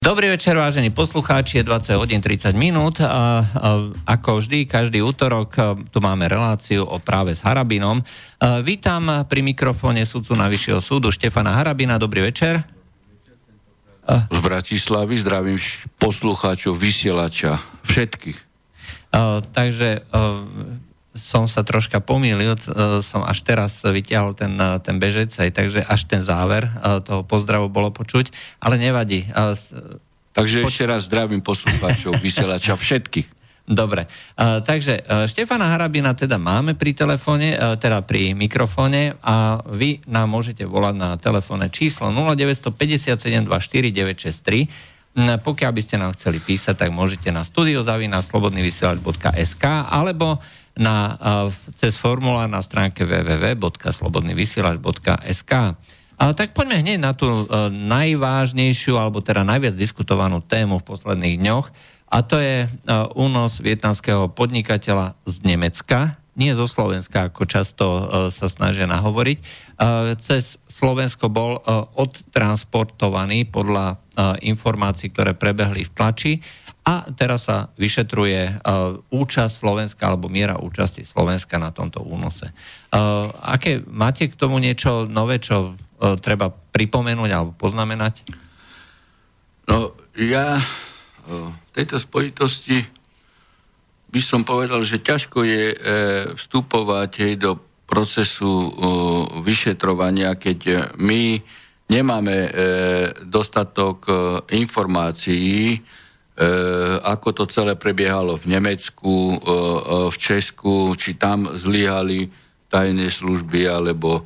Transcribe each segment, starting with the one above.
Dobrý večer, vážení poslucháči, je 20 hodín 30 minút a ako vždy, každý útorok tu máme reláciu o práve s Harabinom. Vítam pri mikrofóne sudcu Najvyššieho súdu Štefana Harabina. Dobrý večer. Z Bratislavy zdravím poslucháčov, vysielača, všetkých. Takže som sa troška pomýlil, som až teraz vytiahol ten bežecej, takže až ten záver toho pozdravu bolo počuť, ale nevadí. Takže ešte raz zdravím poslucháčov, vysielača, všetkých. Dobre, takže Štefana Harabina teda máme pri telefóne, teda pri mikrofóne a vy nám môžete volať na telefónne číslo 0957 24 963. Pokiaľ by ste nám chceli písať, tak môžete na studio@slobodnyvysielac.sk alebo cez formulár na stránke www.slobodnyvysielac.sk. Tak poďme hneď na tú najvážnejšiu, alebo teda najviac diskutovanú tému v posledných dňoch, a to je únos vietnamského podnikateľa z Nemecka, nie zo Slovenska, ako často sa snažia nahovoriť. Cez Slovensko bol odtransportovaný podľa informácií, ktoré prebehli v tlači, a teraz sa vyšetruje účasť Slovenska alebo miera účasti Slovenska na tomto únose. Aké máte k tomu niečo nové, čo treba pripomenúť alebo poznamenať? No, ja v tejto spojitosti by som povedal, že ťažko je vstupovať do procesu vyšetrovania, keď my nemáme dostatok informácií, ako to celé prebiehalo v Nemecku, v Česku, či tam zlyhali tajné služby, alebo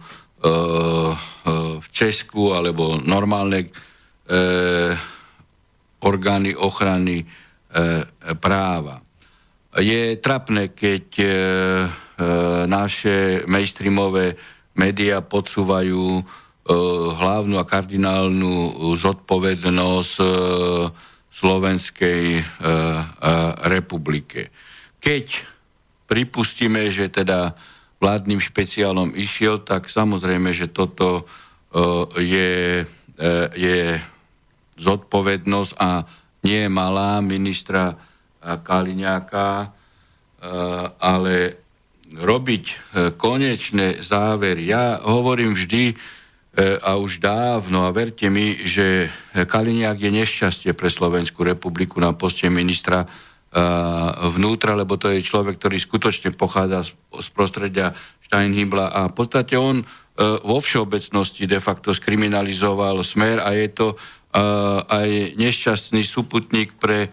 v Česku, alebo normálne orgány ochrany práva. Je trapné, keď naše mainstreamové médiá podsúvajú hlavnú a kardinálnu zodpovednosť Slovenskej republike. Keď pripustíme, že teda vládnym špeciálom išiel, tak samozrejme, že toto je zodpovednosť a nie je malá ministra Kaliňáka, ale robiť konečné závery. Ja hovorím vždy a už dávno, a verte mi, že Kaliňák je nešťastie pre Slovenskú republiku na poste ministra vnútra, lebo to je človek, ktorý skutočne pochádza z prostredia Steinhybla a v podstate on vo všeobecnosti de facto skriminalizoval Smer a je to aj nešťastný súputník pre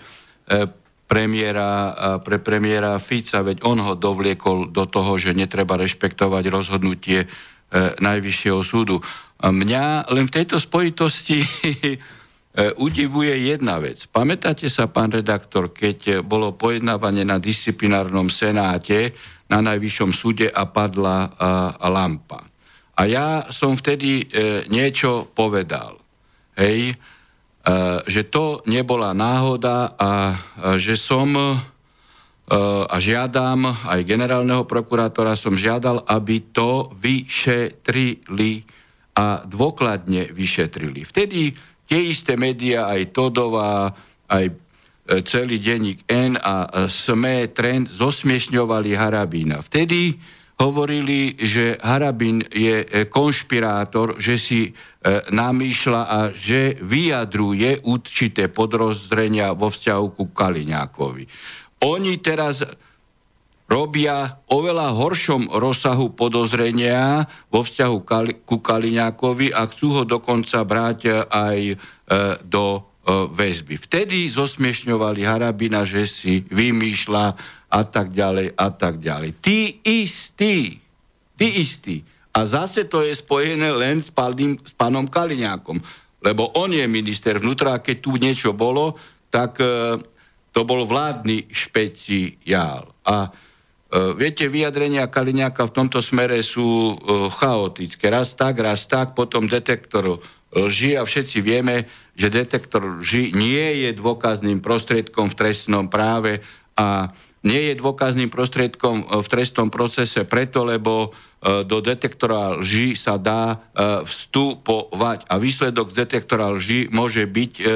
premiéra Fica, veď on ho dovliekol do toho, že netreba rešpektovať rozhodnutie Najvyššieho súdu. Mňa len v tejto spojitosti udivuje jedna vec. Pamätáte sa, pán redaktor, keď bolo pojednávanie na disciplinárnom senáte na Najvyššom súde a padla lampa. A ja som vtedy niečo povedal. Hej, že to nebola náhoda a že som a žiadam aj generálneho prokurátora, som žiadal, aby to vyšetrili a dôkladne vyšetrili. Vtedy tie isté médiá, aj Todová, aj celý denník N a SME, Trend zosmiešňovali Harabina. Vtedy hovorili, že Harabin je konšpirátor, že si namýšľa a že vyjadruje určité podozrenia vo vzťahu ku Kaliňákovi. Oni teraz robia oveľa horšom rozsahu podozrenia vo vzťahu ku Kaliňákovi a chcú ho dokonca brať aj do väzby. Vtedy zosmiešňovali Harabina, že si vymýšľa a tak ďalej a tak ďalej. Tí istí. A zase to je spojené len s pánom Kaliňákom, lebo on je minister vnútra a keď tu niečo bolo, tak to bol vládny špeciál. A viete, vyjadrenia Kaliňáka v tomto smere sú chaotické. Raz tak, potom detektor lži a všetci vieme, že detektor lži nie je dôkazným prostriedkom v trestnom práve a nie je dôkazným prostriedkom v trestnom procese preto, lebo do detektora lži sa dá vstupovať a výsledok z detektora lži môže byť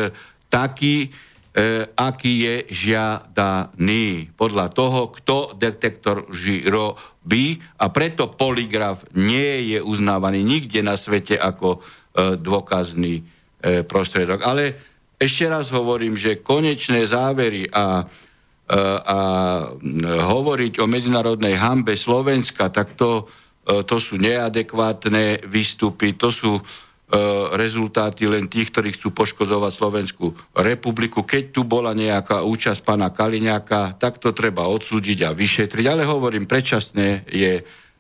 taký, aký je žiadaný. Podľa toho, kto detektor robí, a preto polygraf nie je uznávaný nikde na svete ako dôkazný prostriedok. Ale ešte raz hovorím, že konečné závery a hovoriť o medzinárodnej hanbe Slovenska, tak to sú neadekvátne výstupy, to sú rezultáty len tých, ktorí chcú poškozovať Slovenskú republiku. Keď tu bola nejaká účasť pána Kaliňáka, tak to treba odsúdiť a vyšetriť. Ale hovorím, predčasné je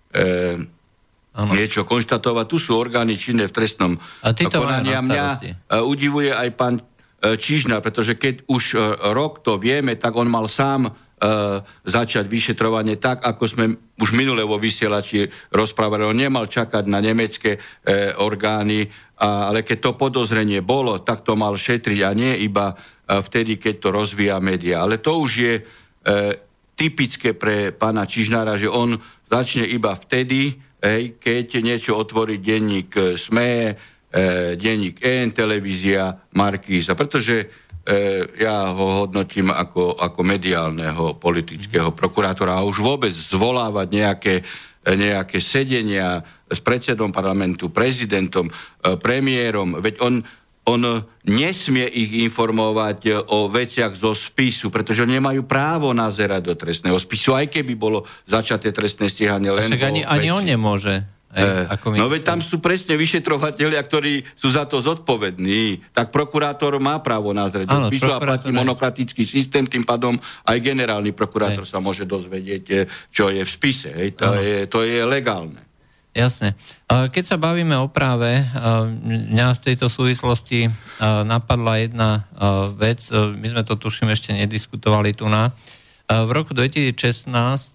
niečo konštatovať. Tu sú orgány činné v trestnom konaní. A mňa udivuje aj pán Čižnár, pretože keď už rok to vieme, tak on mal sám začať vyšetrovanie tak, ako sme už minule vo vysielači rozprávali. On nemal čakať na nemecké orgány, ale keď to podozrenie bolo, tak to mal šetriť a nie iba vtedy, keď to rozvíja média. Ale to už je typické pre pána Čižnára, že on začne iba vtedy, keď niečo otvorí denník SME, denník N, televízia Markíza, pretože ja ho hodnotím ako mediálneho politického prokurátora a už vôbec zvolávať nejaké sedenia s predsedom parlamentu, prezidentom, premiérom, veď on nesmie ich informovať o veciach zo spisu, pretože nemajú právo nazerať do trestného spisu, aj keby bolo začaté trestné stíhanie len ani on nemôže. No veď tam sú presne vyšetrovatelia, ktorí sú za to zodpovední. Tak prokurátor má právo nazrieť do spisu a platí monokratický systém, tým pádom aj generálny prokurátor sa môže dozvedieť, čo je v spise. To je legálne. Jasne. Keď sa bavíme o práve, mňa v tejto súvislosti napadla jedna vec, my sme to tuším ešte nediskutovali tu na. V roku 2016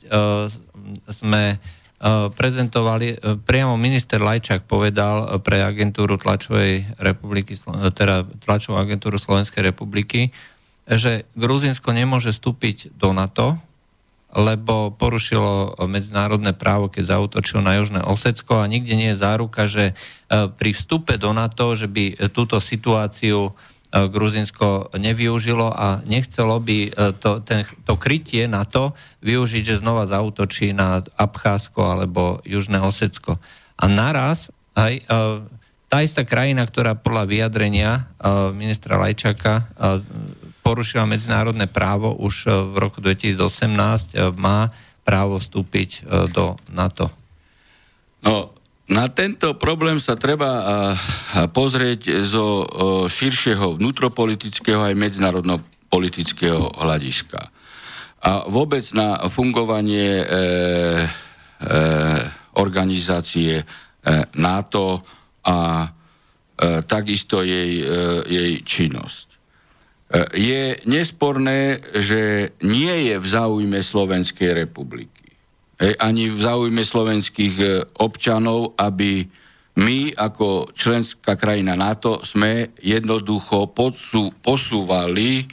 sme prezentovali, priamo minister Lajčák povedal pre agentúru tlačovej republiky, teda tlačovú agentúru Slovenskej republiky, že Gruzínsko nemôže vstúpiť do NATO, lebo porušilo medzinárodné právo, keď zaútočilo na Južné Osecko a nikde nie je záruka, že pri vstupe do NATO, že by túto situáciu Gruzínsko nevyužilo a nechcelo by to krytie na to využiť, že znova zaútočí na Abcházsko alebo Južné Osecko. A naraz aj tá istá krajina, ktorá podľa vyjadrenia ministra Lajčáka porušila medzinárodné právo, už v roku 2018 má právo vstúpiť do NATO. No, na tento problém sa treba pozrieť zo širšieho vnútropolitického aj medzinárodnopolitického hľadiska. A vôbec na fungovanie organizácie NATO a takisto jej činnosť. Je nesporné, že nie je v záujme Slovenskej republiky ani v záujme slovenských občanov, aby my ako členská krajina NATO sme jednoducho posúvali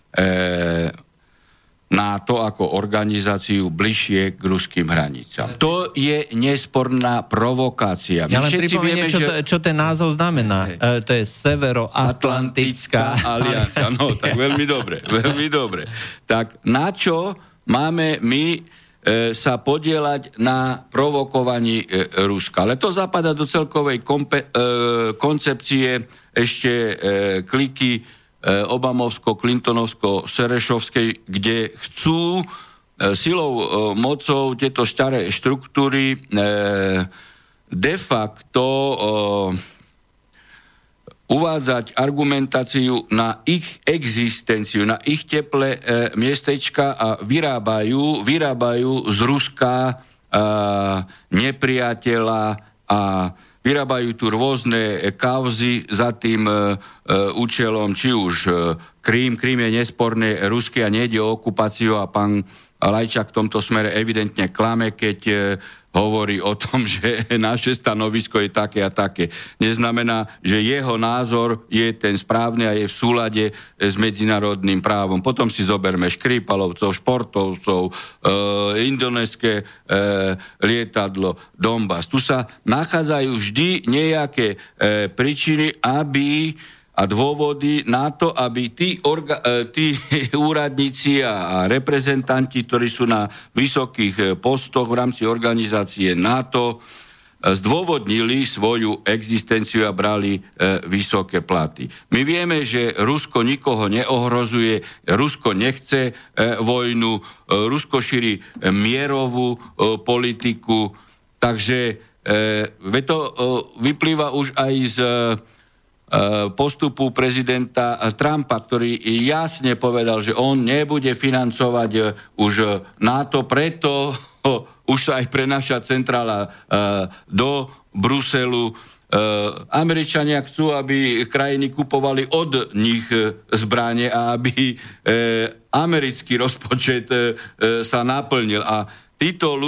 NATO ako organizáciu bližšie k ruským hranicám. To je nesporná provokácia. Ja len pripomeniem, čo ten názov znamená. To je Severoatlantická aliancia. No, tak veľmi dobre, veľmi dobre. Tak na čo máme my sa podieľať na provokovaní Ruska? Ale to zapadá do celkovej koncepcie ešte kliky Obamovsko-Clintonovsko-Serešovskej, kde chcú silou, mocou tieto staré štruktúry de facto uvádzať argumentáciu na ich existenciu, na ich teplé miestečka a vyrábajú z Ruska nepriateľa a vyrábajú tu rôzne kauzy za tým účelom, či už Krím je nesporné ruský a nejde o okupáciu a pán Lajčák v tomto smere evidentne klame, keď hovorí o tom, že naše stanovisko je také a také. Neznamená, že jeho názor je ten správny a je v súlade s medzinárodným právom. Potom si zoberme Škrípalovcov, športovcov, indonéske lietadlo Donbas. Tu sa nachádzajú vždy nejaké príčiny, aby a dôvody na to, aby tí úradníci a reprezentanti, ktorí sú na vysokých postoch v rámci organizácie NATO, zdôvodnili svoju existenciu a brali vysoké platy. My vieme, že Rusko nikoho neohrozuje, Rusko nechce vojnu, Rusko šíri mierovú politiku, takže to vyplýva už aj z postupu prezidenta Trumpa, ktorý jasne povedal, že on nebude financovať už NATO, preto už sa aj prenáša centrála do Bruselu. Američania chcú, aby krajiny kupovali od nich zbrane a aby americký rozpočet sa naplnil. A títo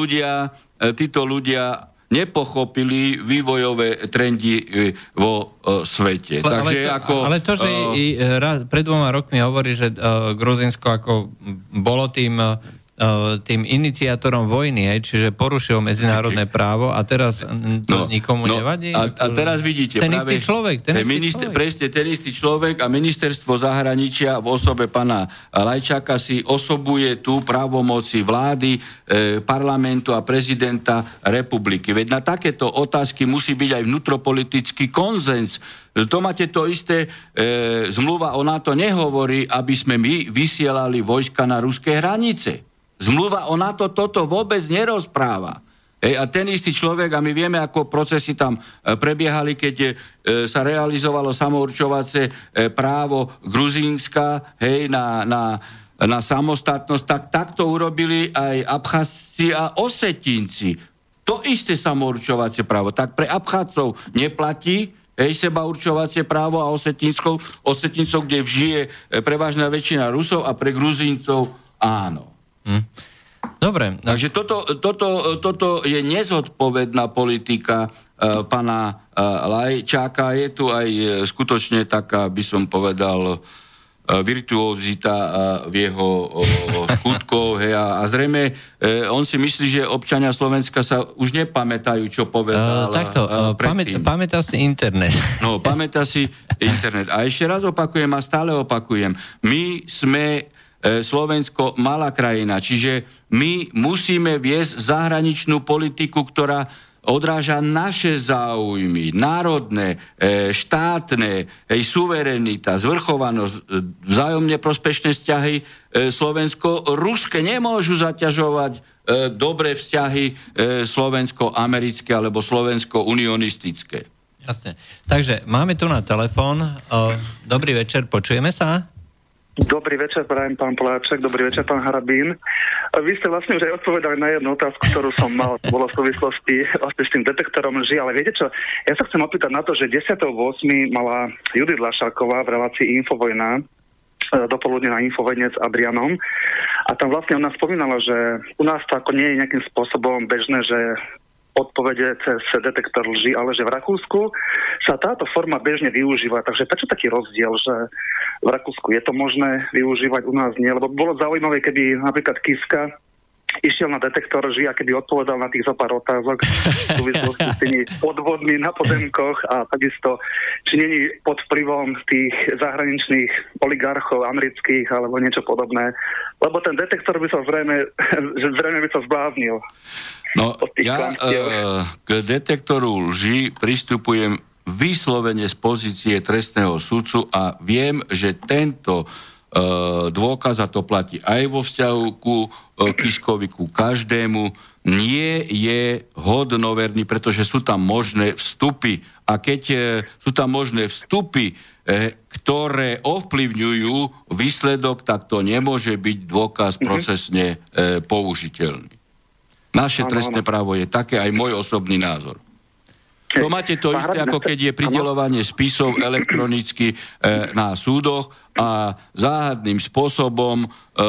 ľudia nepochopili vývojové trendy vo svete. Ale to, že pred 2 rokmi hovorí, že Gruzínsko ako bolo tým iniciátorom vojny, čiže porušil medzinárodné právo a teraz to nikomu nevadí? A teraz vidíte, ten istý človek. Presne, ten istý človek a ministerstvo zahraničia v osobe pana Lajčáka si osobuje tú právomoci vlády, parlamentu a prezidenta republiky. Veď na takéto otázky musí byť aj vnútropolitický konzens. To máte to isté, zmluva o NATO nehovorí, aby sme my vysielali vojska na ruské hranice. Zmluva o NATO toto vôbec nerozpráva. A ten istý človek, a my vieme, ako procesy tam prebiehali, keď sa realizovalo samourčovacie právo Gruzínska na samostatnosť, tak to urobili aj Abcházci a Osetínci. To isté samourčovacie právo. Tak pre Abcházcov neplatí sebaurčovacie právo a Osetíncov, kde žije prevažná väčšina Rusov, a pre Gruzíncov áno. Dobre. Takže toto je nezodpovedná politika pana Lajčáka. Je tu aj skutočne taká, by som povedal, virtuózita v jeho skutkoch. A zrejme on si myslí, že občania Slovenska sa už nepamätajú, čo povedal predtým. Pamätá si internet. No, pamätá si internet. A ešte raz opakujem a stále opakujem. My sme Slovensko malá krajina, čiže my musíme viesť zahraničnú politiku, ktorá odráža naše záujmy, národné, štátne, suverenita, zvrchovanosť, vzájomne prospešné vzťahy slovensko-ruské nemôžu zaťažovať dobré vzťahy slovensko-americké alebo slovensko-unionistické. Jasne. Takže máme tu na telefón. Dobrý večer, počujeme sa? Dobrý večer, prajem pán Poláček, dobrý večer, pán Harabín. Vy ste vlastne už aj odpovedali na jednu otázku, ktorú som mal, to bolo v súvislosti vlastne s tým detektorom lži, ale viete čo, ja sa chcem opýtať na to, že 10.8. mala Judith Lašáková v relácii Infovojna dopoludne na Infovojne s Adrianom a tam vlastne ona spomínala, že u nás to ako nie je nejakým spôsobom bežné, že odpovede cez detektor lži, ale že v Rakúsku sa táto forma bežne využíva. Takže prečo taký rozdiel, že v Rakúsku je to možné využívať, u nás nie? Lebo bolo zaujímavé, keby napríklad Kiska išiel na detektor lži a keby odpovedal na tých zopár otázok v súvislosti s tými podvodmi na pozemkoch a takisto, či není pod vplyvom tých zahraničných oligarchov amerických alebo niečo podobné. Lebo ten detektor by sa zrejme by sa zbláznil. No, ja k detektoru lži pristupujem vyslovene z pozície trestného sudcu a viem, že tento dôkaz, a to platí aj vo vzťahu ku Kiskovi, ku každému, nie je hodnoverný, pretože sú tam možné vstupy. A keď sú tam možné vstupy, ktoré ovplyvňujú výsledok, tak to nemôže byť dôkaz procesne použiteľný. Naše trestné právo je také, aj môj osobný názor. To máte to isté, ako keď je prideľovanie spisov elektronicky na súdoch a záhadným spôsobom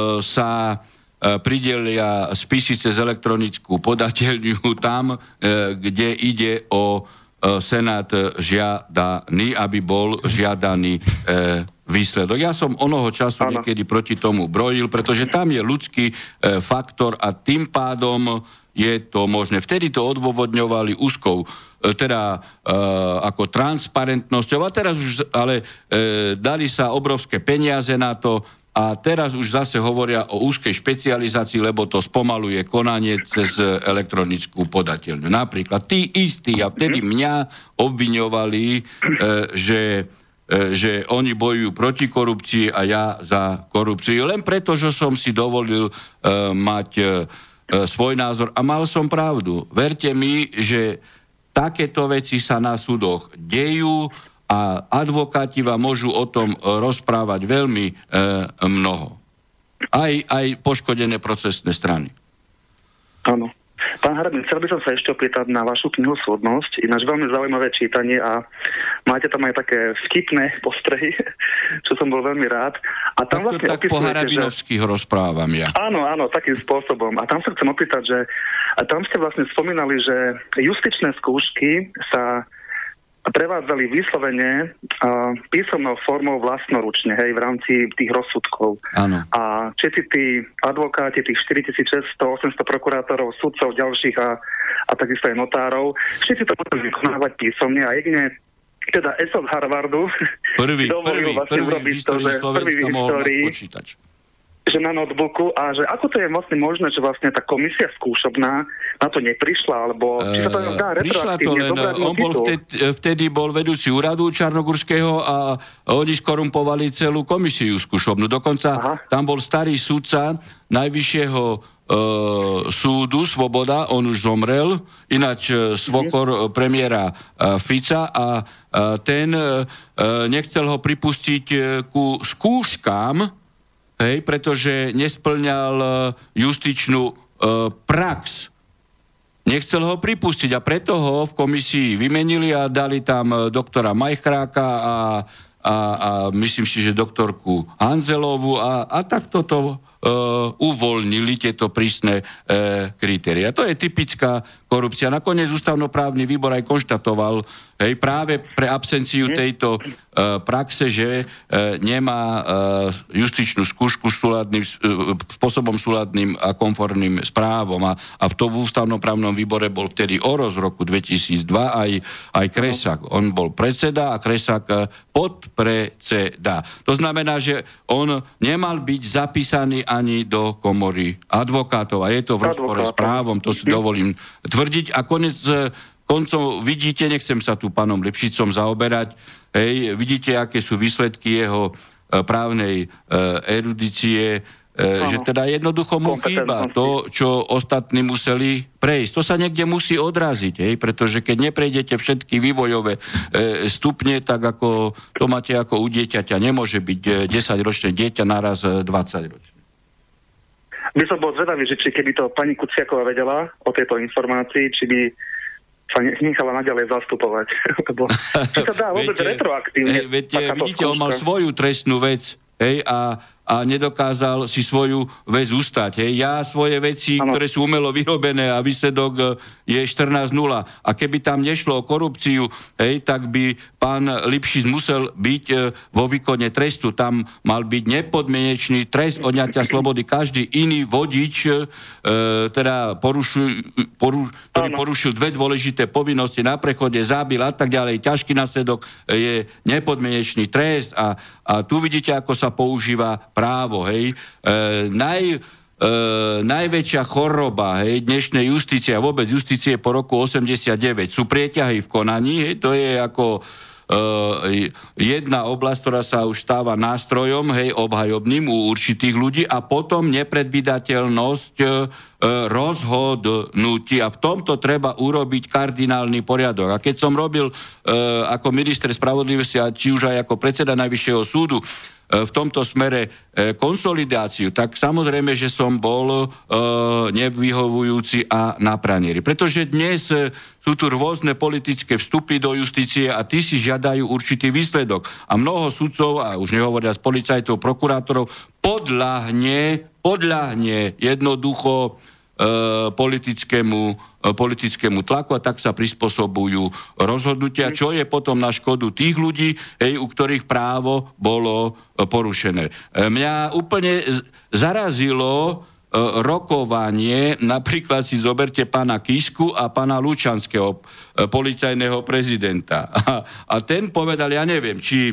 sa pridelia spisy cez elektronickú podateľňu tam, kde ide o Senát žiadaný, aby bol žiadaný výsledok. Ja som onoho času niekedy proti tomu brojil, pretože tam je ľudský faktor a tým pádom je to možné. Vtedy to odôvodňovali úzkou ako transparentnosťou a teraz už ale dali sa obrovské peniaze na to a teraz už zase hovoria o úzkej špecializácii, lebo to spomaluje konanie cez elektronickú podateľňu. Napríklad tí istí a vtedy mňa obviňovali, že oni bojujú proti korupcii a ja za korupciu. Len preto, že som si dovolil mať svoj názor a mal som pravdu. Verte mi, že takéto veci sa na súdoch dejú a advokáti vám môžu o tom rozprávať veľmi mnoho. Aj poškodené procesné strany. Áno. Pán Harabin, chcel by som sa ešte opýtať na vašu knihu Súdnosť. Ináč veľmi zaujímavé čítanie a máte tam aj také vtipné postrehy, čo som bol veľmi rád. A tam vlastne tak po harabinovských rozprávam ja. Áno, takým spôsobom. A tam sa chcem opýtať, že tam ste vlastne spomínali, že justičné skúšky sa prevádzali vyslovene písomnou formou vlastnoručne, hej, v rámci tých rozsudkov. Áno. A všetci tí advokáti, tých 4600, 800 prokurátorov, sudcov ďalších a takisto aj notárov, všetci to museli vykonávať písomne a jedine teda ESO z Harvardu prvý v histórii počítač. Že na notebooku a že ako to je vlastne možné, že vlastne tá komisia skúšobná na to neprišla, alebo či sa to dá retroaktívne zobrať na titul? Vtedy bol vedúci úradu Čarnogurského a oni skorumpovali celú komisiu skúšobnú. Dokonca tam bol starý sudca najvyššieho súdu Svoboda, on už zomrel, ináč svokor premiéra Fica a ten nechcel ho pripustiť ku skúškám, hej, pretože nesplňal justičnú prax. Nechcel ho pripustiť a preto ho v komisii vymenili a dali tam doktora Majchráka a myslím si, že doktorku Hanzelovu a takto to uvoľnili tieto prísne kritéria. To je typická korupcia. Nakoniec ústavnoprávny výbor aj konštatoval, hej, práve pre absenciu tejto praxe, že nemá justičnú skúšku spôsobom súladným a konformným s právom. A v tom ústavnoprávnom výbore bol vtedy Oroz v roku 2002 aj Kresak. On bol predseda a Kresak podpredseda. To znamená, že on nemal byť zapísaný ani do komory advokátov a je to v rozpore s právom, to si dovolím tvrdiť a koncom vidíte, nechcem sa tu pánom Lipšicom zaoberať, hej, vidíte, aké sú výsledky jeho právnej erudície, že teda jednoducho mu chýba to, čo ostatní museli prejsť. To sa niekde musí odraziť, hej, pretože keď neprejdete všetky vývojové stupne, tak ako to máte ako u dieťaťa, nemôže byť 10-ročné dieťa naraz 20-ročné. By som bol zvedavý, že či keby to pani Kuciaková vedela o tejto informácii, či by sa nechala naďalej zastupovať. Či sa dá vôbec retroaktívne. Vidíte, on mal svoju trestnú vec, hej, a nedokázal si svoju vec ustať. Hej. Ja svoje veci, ktoré sú umelo vyrobené a výsledok je 14-0. A keby tam nešlo o korupciu, hej, tak by pán Lipšic musel byť vo výkone trestu. Tam mal byť nepodmienečný trest odňatia slobody. Každý iný vodič, ktorý porušil dve dôležité povinnosti na prechode, zábil a tak ďalej, ťažký následok je nepodmienečný trest a tu vidíte, ako sa používa právo, hej. Najväčšia choroba, hej, dnešnej justície a vôbec justície po roku 89 sú prieťahy v konaní, hej, to je ako jedna oblasť, ktorá sa už stáva nástrojom, hej, obhajobným u určitých ľudí a potom nepredvídateľnosť rozhodnutí a v tomto treba urobiť kardinálny poriadok. A keď som robil ako minister spravodlivosti a či už aj ako predseda Najvyššieho súdu v tomto smere konsolidáciu, tak samozrejme, že som bol nevyhovujúci a na pranieri. Pretože dnes sú tu rôzne politické vstupy do justície a tí si žiadajú určitý výsledok. A mnoho sudcov, a už nehovoria z policajtov, prokurátorov, podľahne jednoducho politickému tlaku a tak sa prispôsobujú rozhodnutia, čo je potom na škodu tých ľudí, u ktorých právo bolo porušené. Mňa úplne zarazilo rokovanie, napríklad si zoberte pána Kisku a pána Lučanského, policajného prezidenta. A ten povedal, ja neviem, či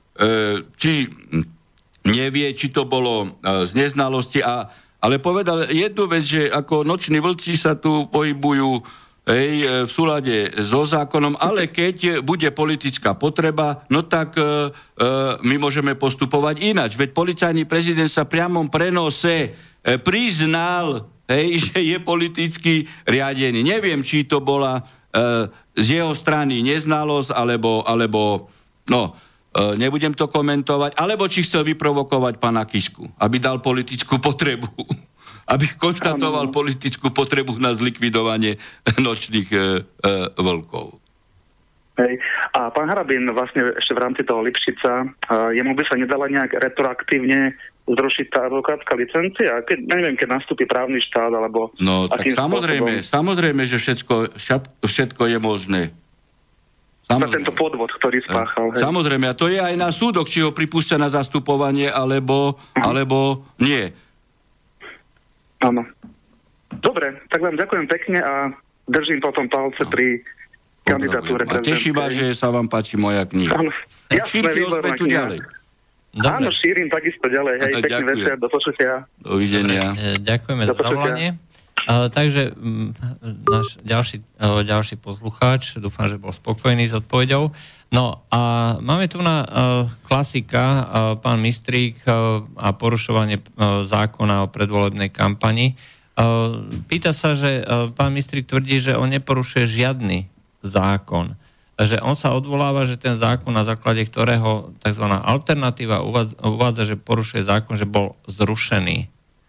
nevie, či to bolo z neznalosti, ale povedal jednu vec, že ako noční vlci sa tu pohybujú v súlade so zákonom, ale keď bude politická potreba, no tak my môžeme postupovať ináč. Veď policajný prezident sa priamom prenose priznal, že je politicky riadený. Neviem, či to bola z jeho strany neznalosť, alebo nebudem to komentovať, alebo či chcel vyprovokovať pána Kisku, aby dal politickú potrebu, aby konštatoval politickú potrebu na zlikvidovanie nočných vlkov. Hej. A pán Harabín, vlastne ešte v rámci toho Lipšica, jemu by sa nedala nejak retroaktívne zrušiť tá advokátska licencia? Keď nastúpi právny štát, alebo... No, tak samozrejme, že všetko je možné. Samozrejme. Tento podvod, ktorý spáchal. Hej. Samozrejme, a to je aj na súdoch, či ho pripúšťa na zastupovanie, alebo nie. Áno. Dobre, tak vám ďakujem pekne a držím potom palce pri kandidatúre prezidentskej. A teší ma, že sa vám páči moja kniha. Áno. Šírte osvetu ďalej. Dobre. Áno, šírim takisto ďalej. Hej, pekný večer, do počutia. Dovidenia. Ďakujeme za zavolanie. Takže náš ďalší poslucháč, dúfam, že bol spokojný s odpoveďou. No a máme tu na klasika, pán Mistrík a porušovanie zákona o predvolebnej kampani. Pýta sa, že pán Mistrík tvrdí, že on neporušuje žiadny zákon. Že on sa odvoláva, že ten zákon, na základe ktorého tzv. Alternatíva uvádza, že porušuje zákon, že bol zrušený.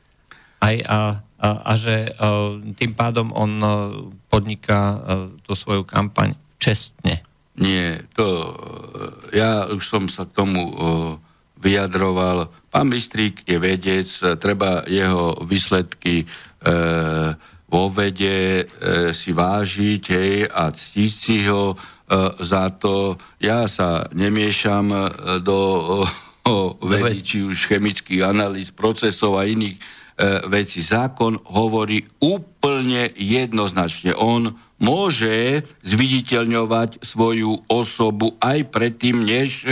A že tým pádom on podniká tú svoju kampaň čestne. Nie, ja už som sa k tomu vyjadroval. Pán Mistrík je vedec, treba jeho výsledky vo vede si vážiť, a ctiť si ho za to. Ja sa nemiešam do vedy, či už chemických analýz, procesov a iných vecí. Zákon hovorí úplne jednoznačne. On môže zviditeľňovať svoju osobu aj predtým, než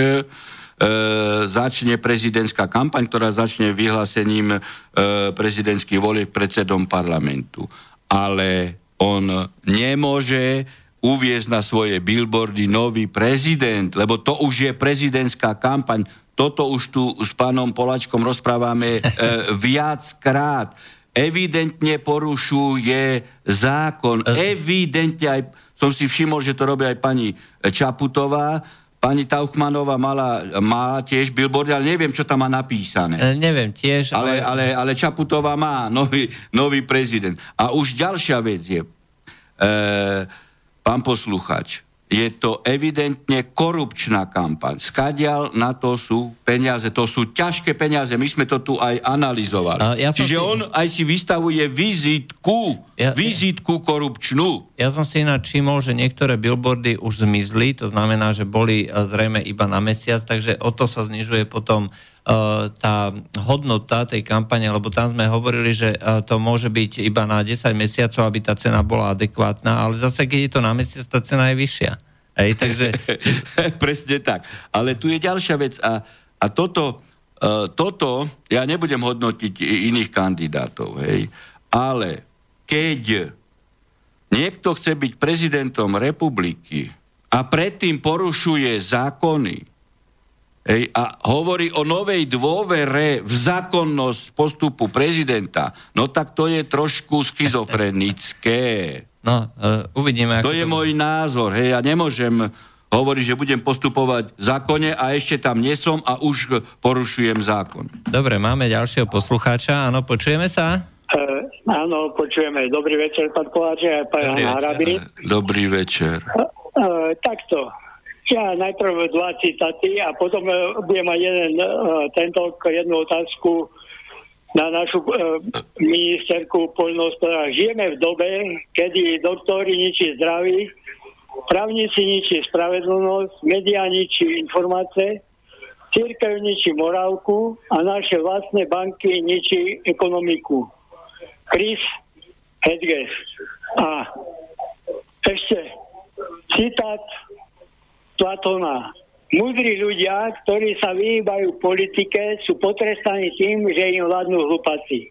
začne prezidentská kampaň, ktorá začne vyhlásením prezidentských volieb predsedom parlamentu. Ale on nemôže uviesť na svoje billboardy nový prezident, lebo to už je prezidentská kampaň. Toto už tu s pánom Poláčkom rozprávame viackrát. Evidentne porušuje zákon. Evidentne, aj som si všimol, že to robí aj pani Čaputová. Pani Tauchmanová má tiež billboard, ale neviem, čo tam má napísané. Neviem tiež. Ale Čaputová má nový prezident. A už ďalšia vec je, pán posluchač, je to evidentne korupčná kampaň. Skadiaľ na to sú peniaze. To sú ťažké peniaze. My sme to tu aj analyzovali. Čiže on aj si vystavuje vizitku korupčnú. Ja som si ináč všimol, že niektoré billboardy už zmizli, to znamená, že boli zrejme iba na mesiac, takže o to sa znižuje potom tá hodnota tej kampane, lebo tam sme hovorili, že to môže byť iba na 10 mesiacov, aby tá cena bola adekvátna, ale zase, keď je to na mesiac, tá cena je vyššia. Takže... Presne tak. Ale tu je ďalšia vec a toto ja nebudem hodnotiť iných kandidátov, ale keď niekto chce byť prezidentom republiky a predtým porušuje zákony, a hovorí o novej dôvere v zákonnosť postupu prezidenta, no tak to je trošku schizofrenické. No, uvidíme. To je môj názor. Ja nemôžem hovoriť, že budem postupovať zákonne a ešte tam nie som a už porušujem zákon. Dobre, máme ďalšieho poslucháča. Áno, počujeme sa? Áno, počujeme. Dobrý večer, pán Koláček a pán Harabín. Dobrý večer. Takto. Ja najprv 2 citáty a potom budem mať jednu otázku na našu ministerku poľnohospodárstva. Žijeme v dobe, kedy doktori ničí zdraví, právnici ničí spravedlnosť, médiá ničí informácie, cirkev ničí morálku a naše vlastné banky ničí ekonomiku. Chris Hedges. A ešte citát Platóna. Múdri ľudia, ktorí sa vyhýbajú politike, sú potrestaní tým, že im vládnu hlupáci.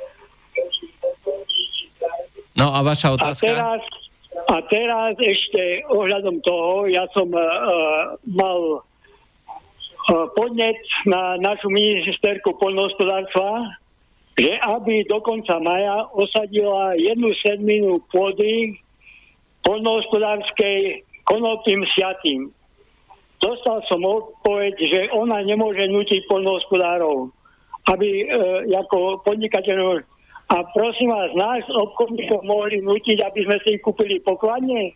No a vaša otázka? A teraz ešte ohľadom toho, ja som mal podnet na našu ministerku poľnohospodárstva, že aby do konca maja osadila 1/7 pôdy poľnohospodárskej konopím siatým. Dostal som odpoveď, že ona nemôže nútiť poľnohospodárov, aby ako podnikateľov. A prosím vás, nás obchodníkov mohli nútiť, aby sme si ich kúpili pokladne?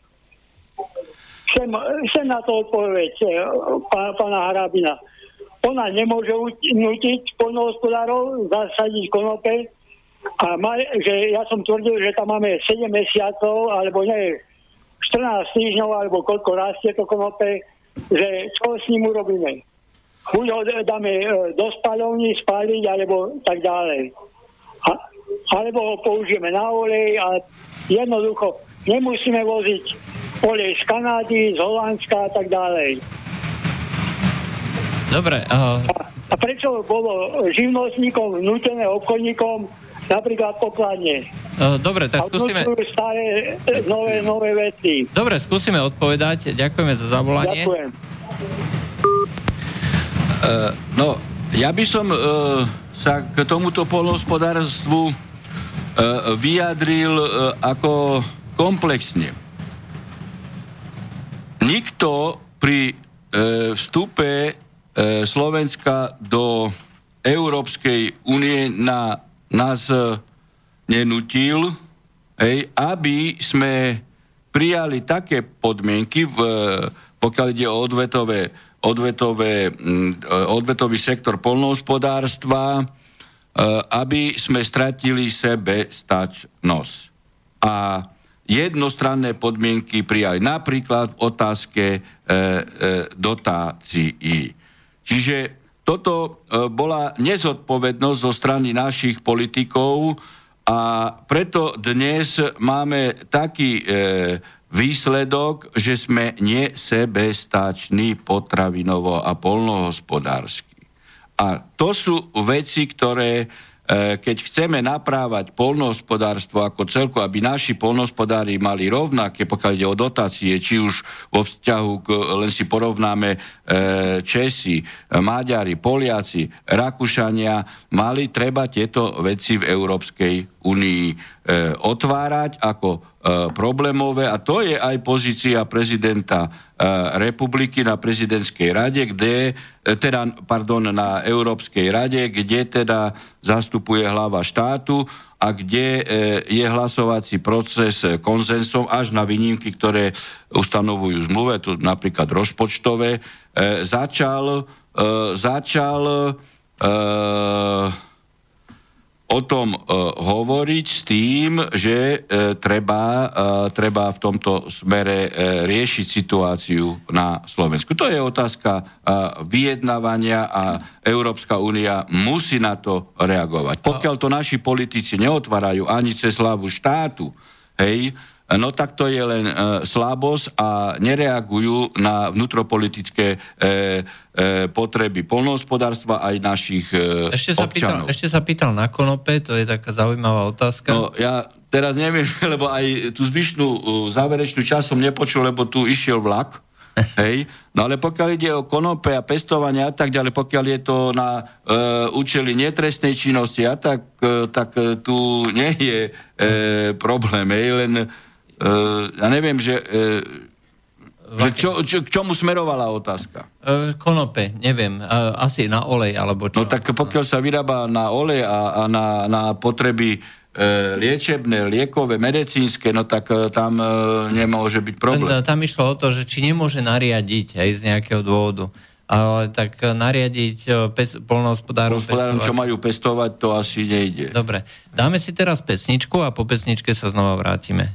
Chcem na to odpoveď pána Harabina. Ona nemôže nútiť poľnohospodárov zasadiť konope, že ja som tvrdil, že tam máme 7 mesiacov, alebo nie, 14 týždňov, alebo koľko rastie to konope, že čo s ním urobíme. Buď ho dáme do spaľovní spáliť, alebo tak ďalej. Alebo ho použijeme na olej a jednoducho nemusíme voziť olej z Kanady, z Holandska a tak ďalej. Dobre. A prečo bolo živnostníkom vnútené obchodníkom napríklad pokladne? Dobre, tak skúsime... A staré, nové veci. Dobre, skúsime odpovedať. Ďakujeme za zavolanie. Ďakujem. No, ja by som sa k tomuto poľnohospodárstvu vyjadril ako komplexne. Nikto pri vstupe Slovenska do Európskej únie nás nenútil, aby sme prijali také podmienky, pokiaľ ide o odvetový sektor poľnohospodárstva, aby sme stratili sebestačnosť. A jednostranné podmienky prijali napríklad v otázke dotácií. Čiže toto bola nezodpovednosť zo strany našich politikov a preto dnes máme taký výsledok, že sme nesebestační potravinovo a poľnohospodársky. A to sú veci, ktoré, keď chceme naprávať poľnohospodárstvo ako celku, aby naši poľnohospodári mali rovnaké, pokiaľ ide o dotácie, či už vo vzťahu len si porovnáme Česi, Maďari, Poliaci, Rakúšania, treba tieto veci v Európskej únii otvárať ako problémové, a to je aj pozícia prezidenta republiky na prezidentskej rade, na Európskej rade, kde teda zastupuje hlava štátu a kde je hlasovací proces konsensom až na výnimky, ktoré ustanovujú zmluve, tu napríklad rozpočtové, začal o tom hovoriť s tým, že treba v tomto smere riešiť situáciu na Slovensku. To je otázka vyjednávania a Európska únia musí na to reagovať. Pokiaľ to naši politici neotvárajú ani cez hlavu štátu, no tak to je len slabosť a nereagujú na vnútropolitické potreby poľnohospodárstva aj našich občanov. Ešte sa pýtal na konope, to je taká zaujímavá otázka. No ja teraz neviem, lebo aj tú zvyšnú záverečnú časť som nepočul, lebo tu išiel vlak. No ale pokiaľ ide o konope a pestovanie a tak ďalej, pokiaľ je to na účely netrestnej činnosti a tak tu nie je problém. Len ja neviem, že k čomu smerovala otázka? Konope, neviem, asi na olej alebo čo. No tak pokiaľ sa vyrába na olej a na potreby liečebné, liekové, medicínske, no tak tam nemôže byť problém. Tam išlo o to, že či nemôže nariadiť aj z nejakého dôvodu. Ale tak nariadiť poľnohospodárom pestovať. Čo majú pestovať, to asi nejde. Dobre, dáme si teraz pesničku a po pesničke sa znova vrátime.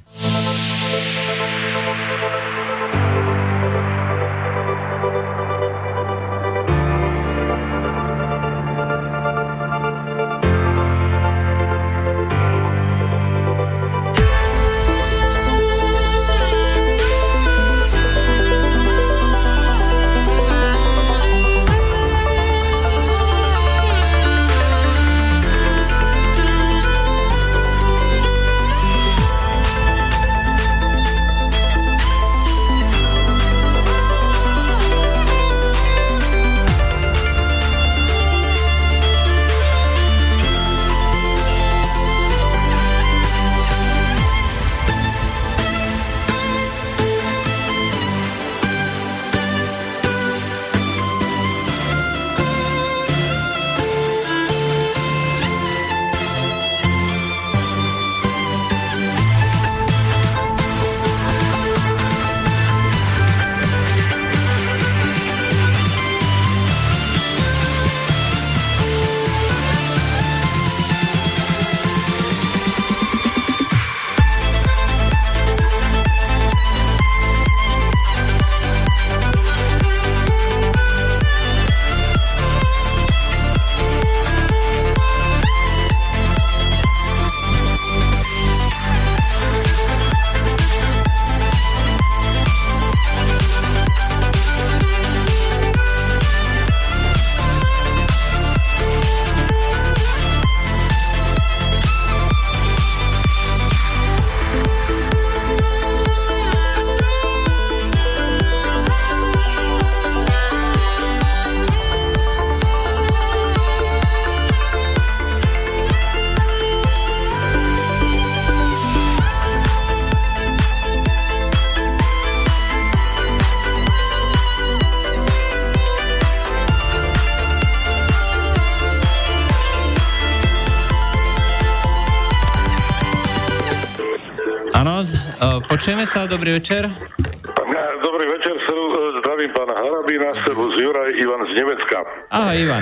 počujeme sa, dobrý večer. Dobrý večer, zdravím pána Harabina, servus Juraj, Ivan z Nemecka. Ahoj, Ivan.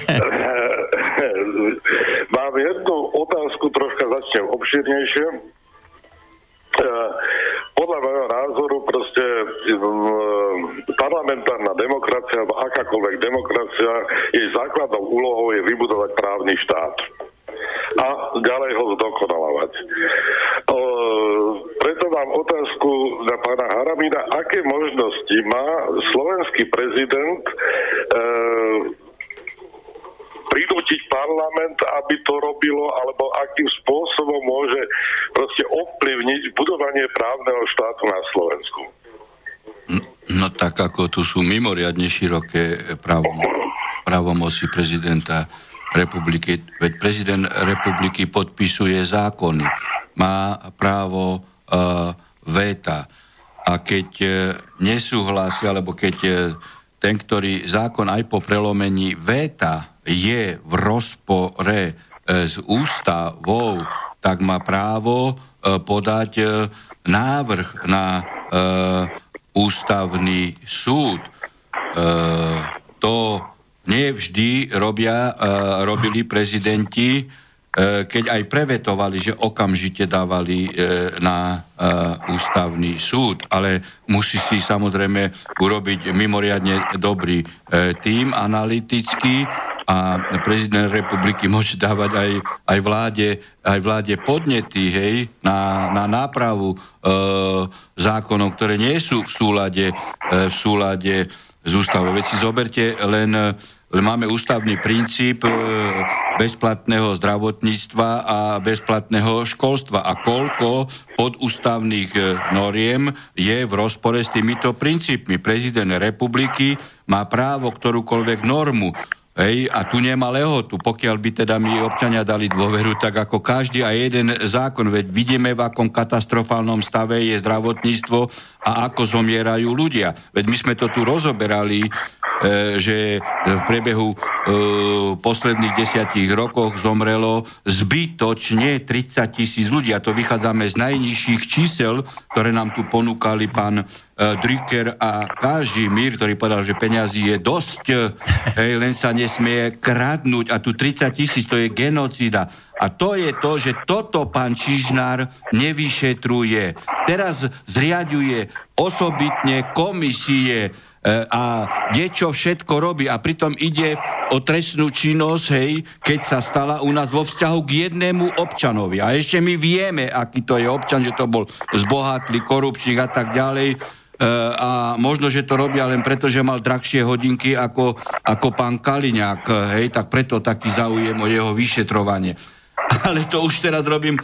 Mám jednu otázku, troška začnem obširnejšie. Podľa môjho názoru proste parlamentárna demokracia alebo akákoľvek demokracia, jej základnou úlohou je vybudovať právny štát a ďalej ho zdokonalovať. Preto mám otázku na pána Harabina, aké možnosti má slovenský prezident prinútiť parlament, aby to robilo, alebo akým spôsobom môže proste ovplyvniť budovanie právneho štátu na Slovensku. No tak ako tu sú mimoriadne široké právomoci prezidenta republiky. Veď prezident republiky podpisuje zákony, má právo véta. A keď nesúhlasí, alebo keď ten, ktorý zákon aj po prelomení véta je v rozpore s ústavou, tak má právo podať návrh na ústavný súd. To nevždy robili prezidenti, keď aj prevetovali, že okamžite dávali na ústavný súd. Ale musí si samozrejme urobiť mimoriadne dobrý tím analytický a prezident republiky môže dávať aj vláde podnety, hej, na nápravu zákonov, ktoré nie sú v súlade z ústavou. Veď si zoberte len máme ústavný princíp bezplatného zdravotníctva a bezplatného školstva. A koľko podústavných noriem je v rozpore s týmito princípmi. Prezident republiky má právo ktorúkoľvek normu. Hej, a tu nemá lehotu. Pokiaľ by teda mi občania dali dôveru, tak ako každý a jeden zákon, veď vidíme, v akom katastrofálnom stave je zdravotníctvo a ako zomierajú ľudia. Veď my sme to tu rozoberali, že v priebehu posledných 10 rokoch zomrelo zbytočne 30,000 ľudí. A to vychádzame z najnižších čísel, ktoré nám tu ponúkali pán Drucker a Kažimír, ktorý povedal, že peňazí je dosť, len sa nesmie kradnúť. A tu 30,000, to je genocída. A to je to, že toto pán Čižnár nevyšetruje. Teraz zriaďuje osobitne komisie a niečo všetko robí a pritom ide o trestnú činnosť, hej, keď sa stala u nás vo vzťahu k jednému občanovi. A ešte my vieme, aký to je občan, že to bol zbohatlý korupčník a tak ďalej. A možno, že to robia len preto, že mal drahšie hodinky ako pán Kaliňák, hej, tak preto taký záujem o jeho vyšetrovanie. Ale to už teraz robím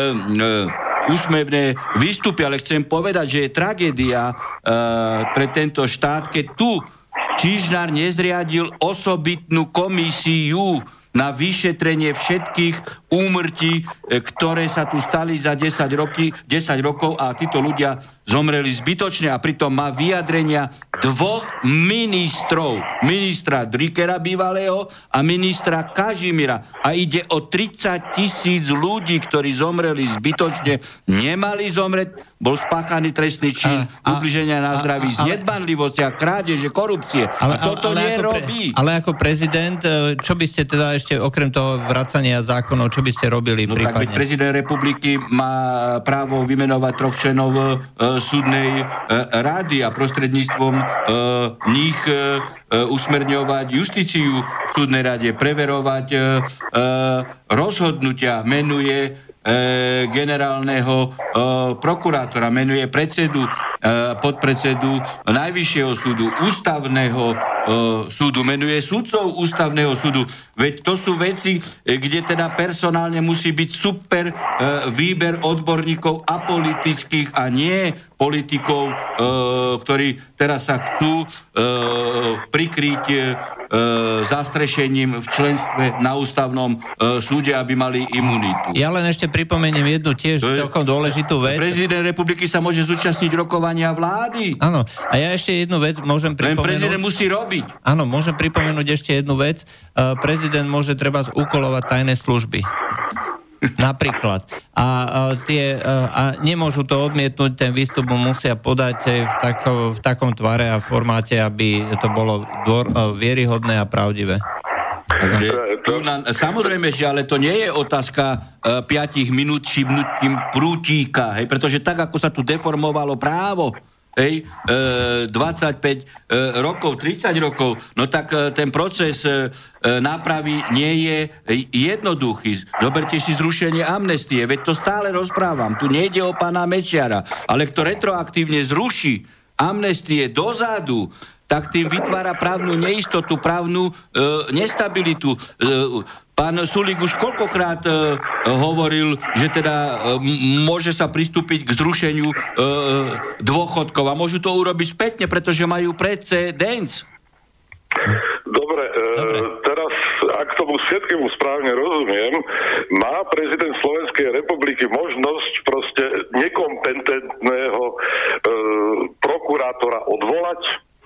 úsmevné výstupy, ale chcem povedať, že je tragédia pre tento štát, keď tu Čižnár nezriadil osobitnú komisiu na vyšetrenie všetkých úmrtí, ktoré sa tu stali za 10 rokov a títo ľudia zomreli zbytočne a pritom má vyjadrenia dvoch ministrov. Ministra Druckera bývalého a ministra Kažimíra. A ide o 30,000 ľudí, ktorí zomreli zbytočne, nemali zomrieť, bol spáchaný trestný čin ubliženia na zdraví, znedbanlivosti a krádeže, korupcie. A toto nerobí. Ale ako prezident, čo by ste teda ešte okrem toho vracania zákonov, čo by ste robili prípadne? Tak prezident republiky má právo vymenovať 3 členov súdnej rady a prostredníctvom nich usmerňovať justíciu v súdnej rade, preverovať rozhodnutia, menuje generálneho prokurátora, menuje predsedu, podpredsedu Najvyššieho súdu, ústavného súdu, menuje sudcov ústavného súdu. Veď to sú veci, kde teda personálne musí byť super výber odborníkov apolitických a nie politikov, ktorí teraz sa chcú prikryť zastrešením v členstve na ústavnom súde, aby mali imunitu. Ja len ešte pripomeniem jednu tiež takou dôležitú vec. Prezident republiky sa môže zúčastniť rokovania vlády. Áno, a ja ešte jednu vec môžem pripomenúť. Len prezident musí robiť. Áno, môžem pripomenúť ešte jednu vec. Prezident môže treba úkolovať tajné služby. Napríklad. A nemôžu to odmietnúť, ten výstup musia podať v takom tvare a formáte, aby to bolo vieryhodné a pravdivé. Samozrejme, že ale to nie je otázka 5 minút šibnutím prútíka, hej, pretože tak, ako sa tu deformovalo právo, hej, 25 rokov, 30 rokov, no tak ten proces nápravy nie je jednoduchý. Zoberte si zrušenie amnestie, veď to stále rozprávam. Tu nejde o pána Mečiara, ale kto retroaktívne zruší amnestie dozadu, tak tým vytvára právnu neistotu, právnu nestabilitu. Pán Sulík už koľkokrát hovoril, že teda môže sa pristúpiť k zrušeniu dôchodkov a môžu to urobiť spätne, pretože majú precedens. Dobre, teraz, ak tomu všetkému správne rozumiem, má prezident Slovenskej republiky možnosť proste nekompetentného prokurátora odvolať?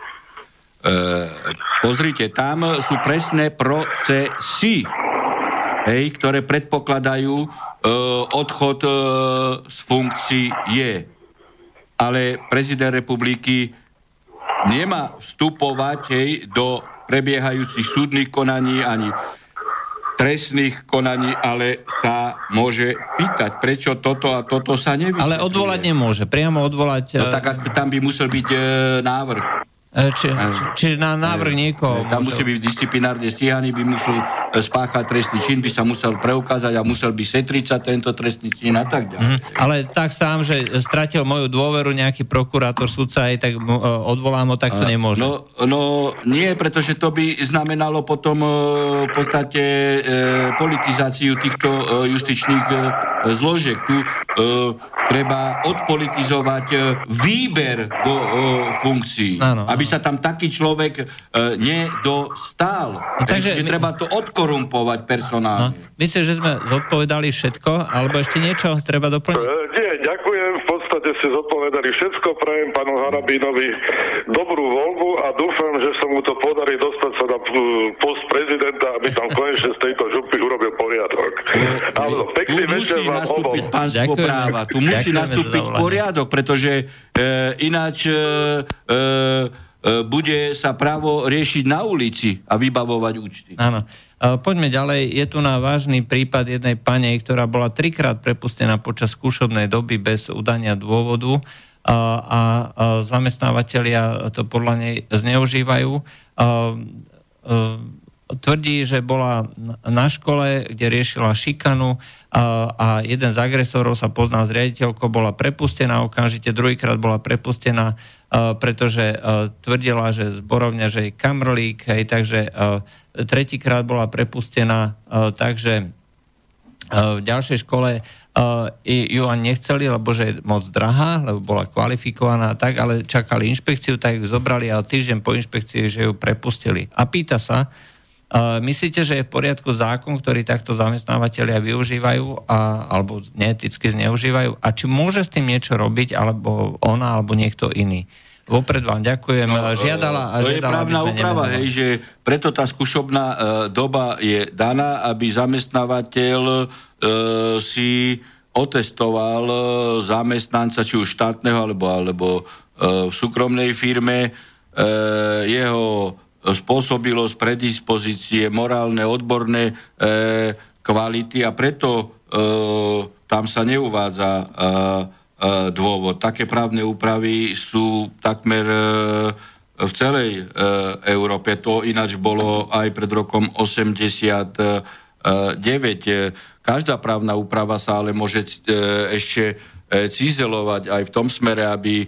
Pozrite, tam sú presné procesy, hej, ktoré predpokladajú odchod z funkcie. Ale prezident republiky nemá vstupovať, hej, do prebiehajúcich súdnych konaní ani trestných konaní, ale sa môže pýtať, prečo toto a toto sa nevysvetľuje. Ale odvolať nemôže, priamo odvolať... No tak tam by musel byť návrh. Čiže na návrh niekoho... Tam musí byť disciplinárne stíhaný, by musel spáchať trestný čin, by sa musel preukázať a musel by setriť sa tento trestný čin a tak ďalej. Ale tak sám, že stratil moju dôveru nejaký prokurátor, sudca, aj tak odvolám ho, tak to nemôže. No nie, pretože to by znamenalo potom v podstate politizáciu týchto justičných zložiek. Tu treba odpolitizovať výber do funkcií. Áno. Aby sa tam taký človek nedostal. Takže treba to odkorumpovať personálne. No. Myslím, že sme zodpovedali všetko, alebo ešte niečo treba doplniť? Nie, ďakujem. V podstate ste zodpovedali všetko. Prajem pánu Harabínovi dobrú voľbu a dúfam, že sa mu to podarí dostať sa na post prezidenta, aby tam konečne z tejto župy urobil poriadok. Ale pekný večer vám obom. Pánstvo práva. Tu musí nastúpiť poriadok, pretože ináč bude sa právo riešiť na ulici a vybavovať účty. Áno. Poďme ďalej. Je tu na vážny prípad jednej pane, ktorá bola 3-krát prepustená počas skúšobnej doby bez udania dôvodu a zamestnávateľia to podľa nej zneužívajú. Tvrdí, že bola na škole, kde riešila šikanu a jeden z agresorov sa poznal s riaditeľkou, bola prepustená, okamžite druhýkrát bola prepustená, pretože tvrdila, že zborovňa, že je kamrlík, hej, takže tretíkrát bola prepustená, takže v ďalšej škole ju ani nechceli, lebo že je moc drahá, lebo bola kvalifikovaná tak, ale čakali inšpekciu, tak ju zobrali a týždeň po inšpekcii, že ju prepustili. A pýta sa, myslíte, že je v poriadku zákon, ktorý takto zamestnávateľia využívajú alebo neeticky zneužívajú? A či môže s tým niečo robiť, alebo ona, alebo niekto iný? Vopred vám ďakujem. Žiadala, to je právna úprava, hej, že preto tá skúšobná doba je daná, aby zamestnávateľ si otestoval zamestnanca, či už štátneho, alebo v súkromnej firme, jeho spôsobilosť, predispozície, morálne, odborné kvality a preto tam sa neuvádza dôvod. Také právne úpravy sú takmer v celej Európe. To ináč bolo aj pred rokom 89. Každá právna úprava sa ale môže ešte cizelovať aj v tom smere, aby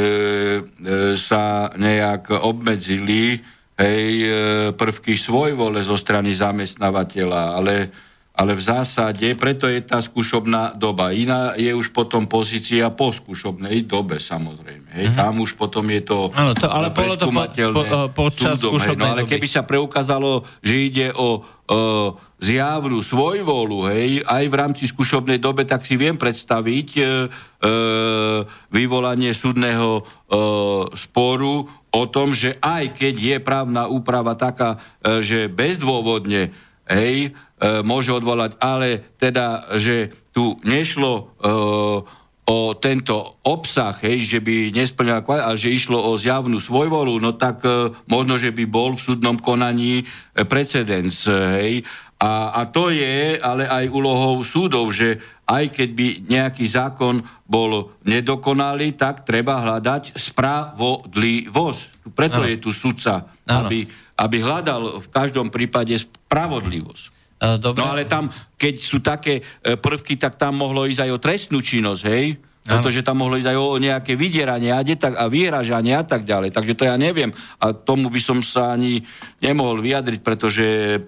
sa nejak obmedzili prvky svojvole zo strany zamestnávateľa, ale v zásade, preto je tá skúšobná doba. Iná je už potom pozícia po skúšobnej dobe, samozrejme. Tam už potom je to preskúmateľné počas súdom. skúšobnej ale doby. keby sa preukázalo, že ide o zjavnú svojvolu, aj v rámci skúšobnej dobe, tak si viem predstaviť vyvolanie súdneho sporu o tom, že aj keď je právna úprava taká, že bezdôvodne môže odvolať, ale teda, že tu nešlo o tento obsah, hej, že by nesplňal kvalitu, ale že išlo o zjavnú svojvolu, no tak možno, že by bol v súdnom konaní precedens, hej. A to je ale aj úlohou súdov, že aj keď by nejaký zákon bol nedokonalý, tak treba hľadať spravodlivosť. Preto je tu sudca, aby hľadal v každom prípade spravodlivosť. Dobre. No ale tam, keď sú také prvky, tak tam mohlo ísť aj o trestnú činnosť, hej? Pretože tam mohlo ísť aj o nejaké vydieranie a vyražanie a tak ďalej. Takže to ja neviem. A tomu by som sa ani nemohol vyjadriť, pretože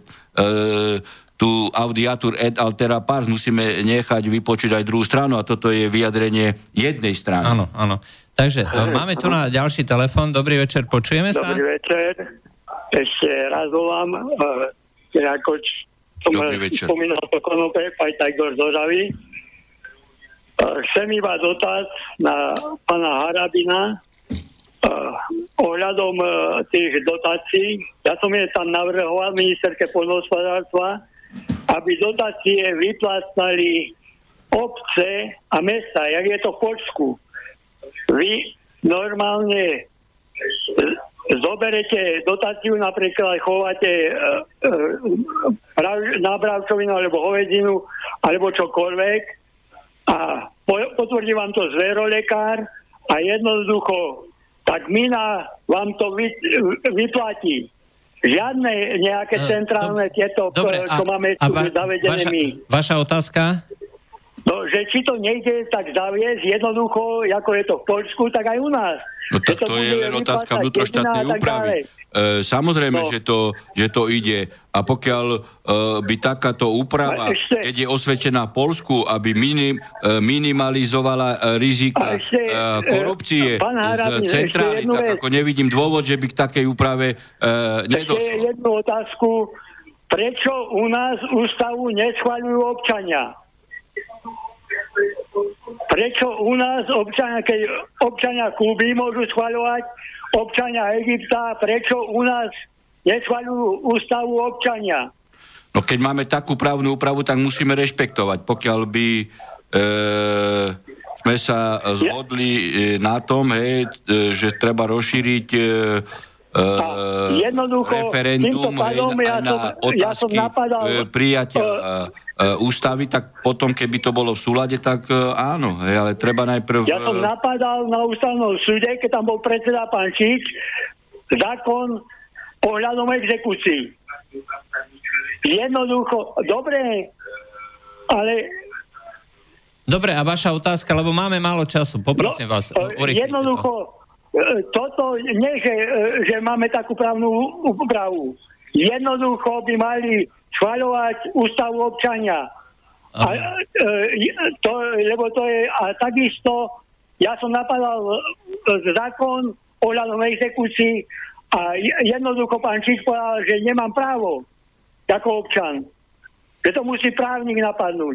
tu audiatur et altera pars musíme nechať vypočuť aj druhú stranu a toto je vyjadrenie jednej strany. Áno, áno. Takže máme tu na ďalší telefon. Dobrý večer, počujeme sa? Dobrý večer. Ešte raz volám. Ako som spomínal to konope, Pajta Igor z Oravy. Chcem iba dotaz na pána Harabina ohľadom tých dotácií. Ja som je tam navrhoval ministerke poľnohospodárstva, aby dotácie vyplácali obce a mesta, jak je to v Poľsku. Vy normálne zoberete dotáciu, napríklad chovate na bravčovinu alebo hovedinu alebo čokoľvek a potvrdí vám to zverolekár a jednoducho tak mina vám to vyplatí. Žiadne nejaké centrálne tieto, čo máme tu zavedené my. Vaša otázka? No, že či to nejde tak zaviesť jednoducho, ako je to v Poľsku, tak aj u nás. No tak to je len otázka vnútroštátnej úpravy. Samozrejme, že to ide. A pokiaľ by takáto úprava, keď je osvedčená v Poľsku, aby minimalizovala rizika korupcie z centrály, tak ako nevidím dôvod, že by k takej úprave nedošlo. Ešte jednu otázku. Prečo u nás ústavu neschvaľujú občania? Prečo u nás občania Kuby môžu schvaľovať, občania Egypta, prečo u nás neschvaľujú ústavu občania? No keď máme takú právnu úpravu, tak musíme rešpektovať. Pokiaľ by sme sa zhodli na tom, že treba rozšíriť referendum na otázky prijatia ústavy, tak potom, keby to bolo v súlade, tak áno, ale treba najprv... Ja som napadal na ústavnom súde, keď tam bol predseda pán Číč, zákon ohľadom exekúcií. Jednoducho, dobre, ale... Dobre, a vaša otázka, lebo máme málo času, poprosím vás. Jednoducho, toto nie, že máme takú právnu úpravu. Jednoducho by mali schvaľovať ústavu občania. Lebo to je... A takisto, ja som napadal zákon ohľadom exekúcií a jednoducho pán Číč povedal, že nemám právo ako občan. Že to musí právnik napadnúť.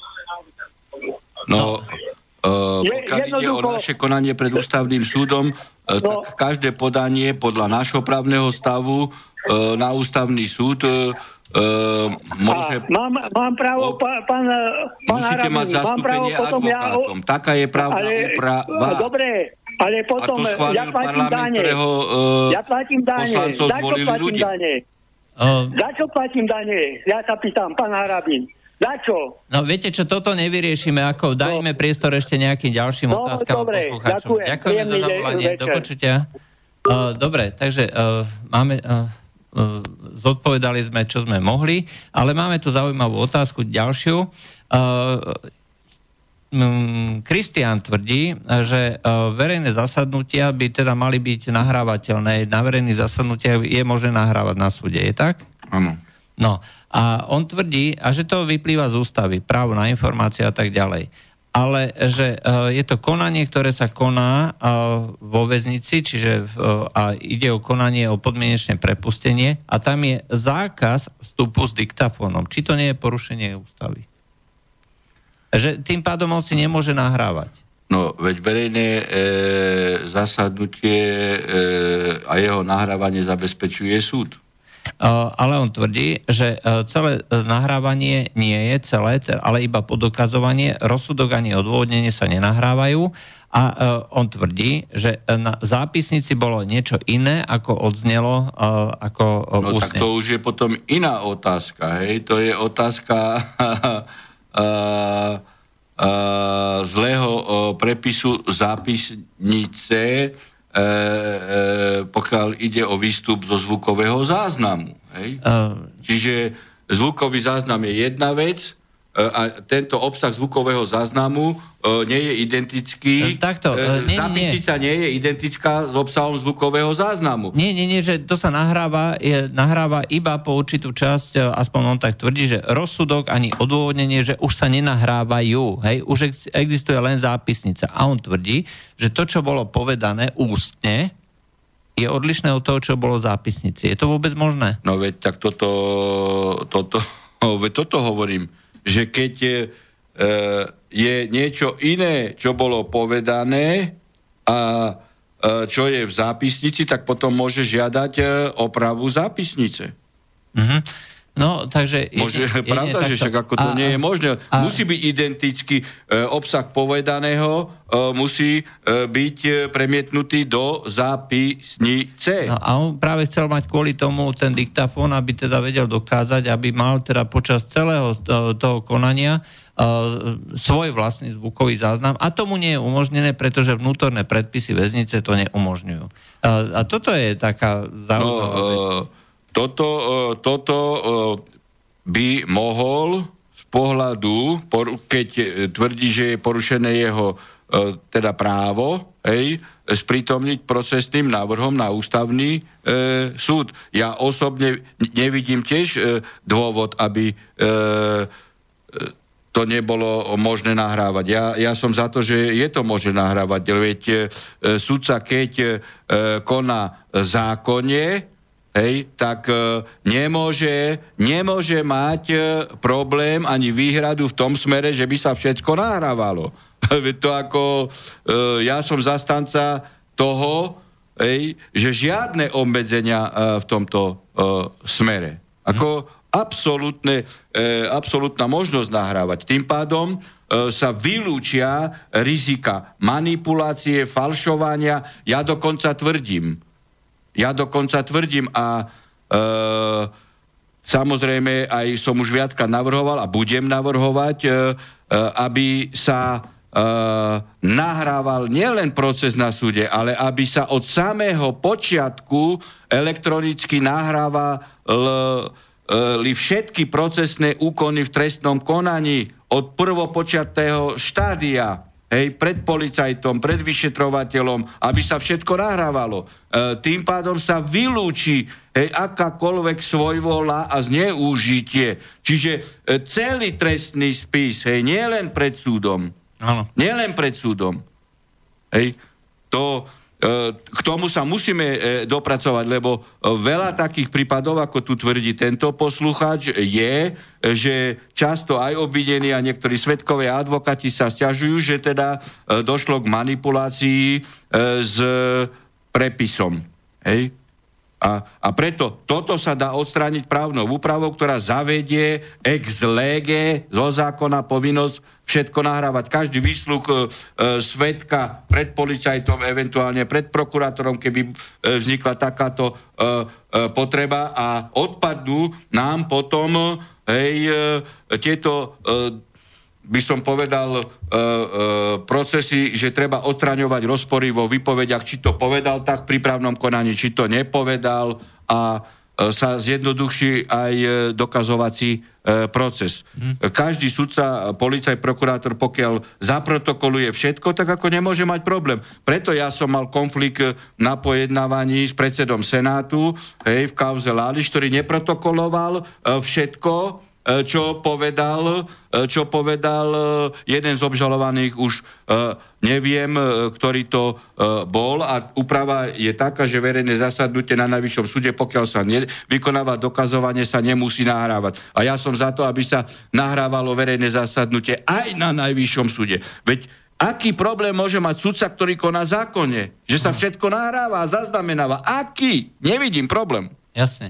No... pokiaľ ide o naše konanie pred ústavným súdom, tak každé podanie podľa nášho právneho stavu na ústavný súd môže... Mám právo, pán musíte mať zastúpenie advokátom. Taká je právna úprava. Dobre, ale potom ja platím dane. Poslancov zvolili ľudia. Za čo platím dane? Ja sa pýtam, pán Harabin. Za čo? No viete čo, toto nevyriešime, ako dajme priestor ešte nejakým ďalším otázkam poslucháčom. Ďakujem za zavolanie. Do počutia. Dobre, takže máme... zodpovedali sme, čo sme mohli, ale máme tu zaujímavú otázku ďalšiu. Kristián tvrdí, že verejné zasadnutia by teda mali byť nahrávateľné. Na verejných zasadnutiach je možné nahrávať na súde, je tak? Áno. No, a on tvrdí, a že to vyplýva z ústavy, právo na informáciu a tak ďalej. Ale že je to konanie, ktoré sa koná vo väznici, čiže a ide o konanie o podmienečné prepustenie a tam je zákaz vstupu s diktafónom. Či to nie je porušenie ústavy? Že tým pádom on si nemôže nahrávať. No, veď verejné zasadnutie a jeho nahrávanie zabezpečuje súd. ale on tvrdí, že celé nahrávanie nie je celé, ale iba podokazovanie, rozsudok ani odôvodnenie sa nenahrávajú a on tvrdí, že na zápisnici bolo niečo iné, ako odznelo ako ústne. Tak to už je potom iná otázka, hej? To je otázka zlého prepisu zápisnice, pokiaľ ide o výstup zo zvukového záznamu. Hej? Čiže zvukový záznam je jedna vec a tento obsah zvukového záznamu nie je identický. Zápisnica nie je identická s obsahom zvukového záznamu. Nie, že to sa nahráva iba po určitú časť, aspoň on tak tvrdí, že rozsudok ani odôvodnenie, že už sa nenahrávajú. Hej? Už existuje len zápisnica. A on tvrdí, že to, čo bolo povedané ústne, je odlišné od toho, čo bolo v zápisnici. Je to vôbec možné? No veď tak toto hovorím, že keď je niečo iné, čo bolo povedané a čo je v zápisnici, tak potom môže žiadať opravu zápisnice. Mhm. No, takže... Pravda, že však ako to nie je možné. Musí byť identický obsah povedaného, musí byť premietnutý do zápisnice. No, a on práve chcel mať kvôli tomu ten diktafón, aby teda vedel dokázať, aby mal teda počas celého toho konania svoj vlastný zvukový záznam. A tomu nie je umožnené, pretože vnútorné predpisy väznice to neumožňujú. A toto je taká zaujímavá vec. Toto by mohol z pohľadu, keď tvrdí, že je porušené jeho teda právo, sprítomniť procesným návrhom na ústavný súd. Ja osobne nevidím tiež dôvod, aby to nebolo možné nahrávať. Ja som za to, že je to možné nahrávať. Veď sudca, keď koná zákonne, tak nemôže mať problém ani výhradu v tom smere, že by sa všetko nahrávalo. To ako, ja som zastanca toho, že žiadne obmedzenia v tomto smere. Ako absolútna možnosť nahrávať. Tým pádom sa vylúčia rizika manipulácie, falšovania. Ja dokonca tvrdím a samozrejme aj som už viackrát navrhoval a budem navrhovať, aby sa nahrával nielen proces na súde, ale aby sa od samého počiatku elektronicky nahrávali všetky procesné úkony v trestnom konaní od prvopočiatého štádia, pred policajtom, pred vyšetrovateľom, aby sa všetko nahrávalo. Tým pádom sa vylúči akákoľvek svojvola a zneužitie. Čiže celý trestný spis, nie len pred súdom. Áno. Nie len pred súdom. K tomu sa musíme dopracovať, lebo veľa takých prípadov, ako tu tvrdí tento poslucháč, je, že často aj obvinení a niektorí svedkovia a advokáti sa sťažujú, že teda došlo k manipulácii s prepisom. A preto toto sa dá odstrániť právnou úpravou, ktorá zavedie ex lege zo zákona povinnosť všetko nahrávať. Každý výsluch svedka pred policajtom, eventuálne pred prokurátorom, keby vznikla takáto potreba, a odpadnú nám potom tieto by som povedal procesy, že treba odstraňovať rozpory vo výpovediach, či to povedal tak v prípravnom konaní, či to nepovedal, a sa zjednoduší aj dokazovací proces. Každý sudca, policajt, prokurátor, pokiaľ zaprotokoluje všetko, tak ako nemôže mať problém. Preto ja som mal konflikt na pojednávaní s predsedom Senátu v kauze Láliš, ktorý neprotokoloval všetko, čo povedal jeden z obžalovaných, už neviem, ktorý to bol, a úprava je taká, že verejné zasadnutie na Najvyššom súde, pokiaľ sa vykonáva dokazovanie, sa nemusí nahrávať. A ja som za to, aby sa nahrávalo verejné zasadnutie aj na Najvyššom súde. Veď aký problém môže mať sudca, ktorý koná zákonne? Že sa všetko nahráva a zaznamenáva. Aký? Nevidím problém. Jasne.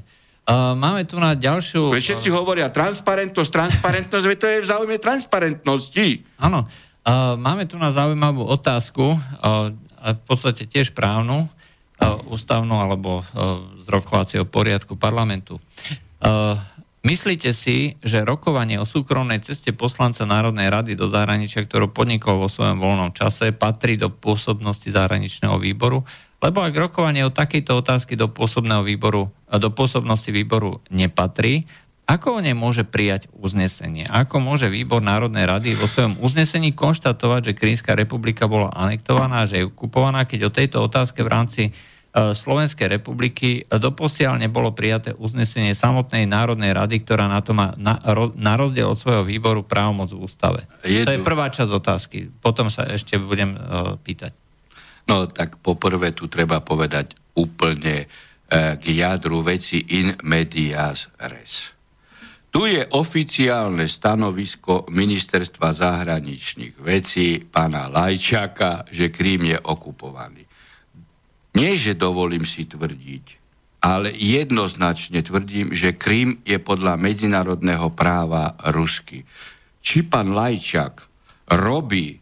Máme tu na ďalšiu... Veď všetci hovoria transparentnosť, veď to je v záujme transparentnosti. Áno. Máme tu na zaujímavú otázku, v podstate tiež právnu, ústavnú alebo z rokovacieho poriadku parlamentu. Myslíte si, že rokovanie o súkromnej ceste poslanca Národnej rady do zahraničia, ktorú podnikol vo svojom voľnom čase, patrí do pôsobnosti zahraničného výboru? Lebo ak rokovanie o takejto otázky do pôsobnosti výboru nepatrí, ako o nej môže prijať uznesenie? Ako môže výbor Národnej rady vo svojom uznesení konštatovať, že Krymská republika bola anektovaná, že je okupovaná, keď o tejto otázke v rámci Slovenskej republiky doposiaľ nebolo prijaté uznesenie samotnej Národnej rady, ktorá na to má na rozdiel od svojho výboru právomoc v ústave? To je prvá časť otázky. Potom sa ešte budem pýtať. No tak poprvé tu treba povedať úplne k jadru veci in medias res. Tu je oficiálne stanovisko Ministerstva zahraničných vecí pána Lajčáka, že Krym je okupovaný. Nie, že dovolím si tvrdiť, ale jednoznačne tvrdím, že Krym je podľa medzinárodného práva ruský. Či pán Lajčák robí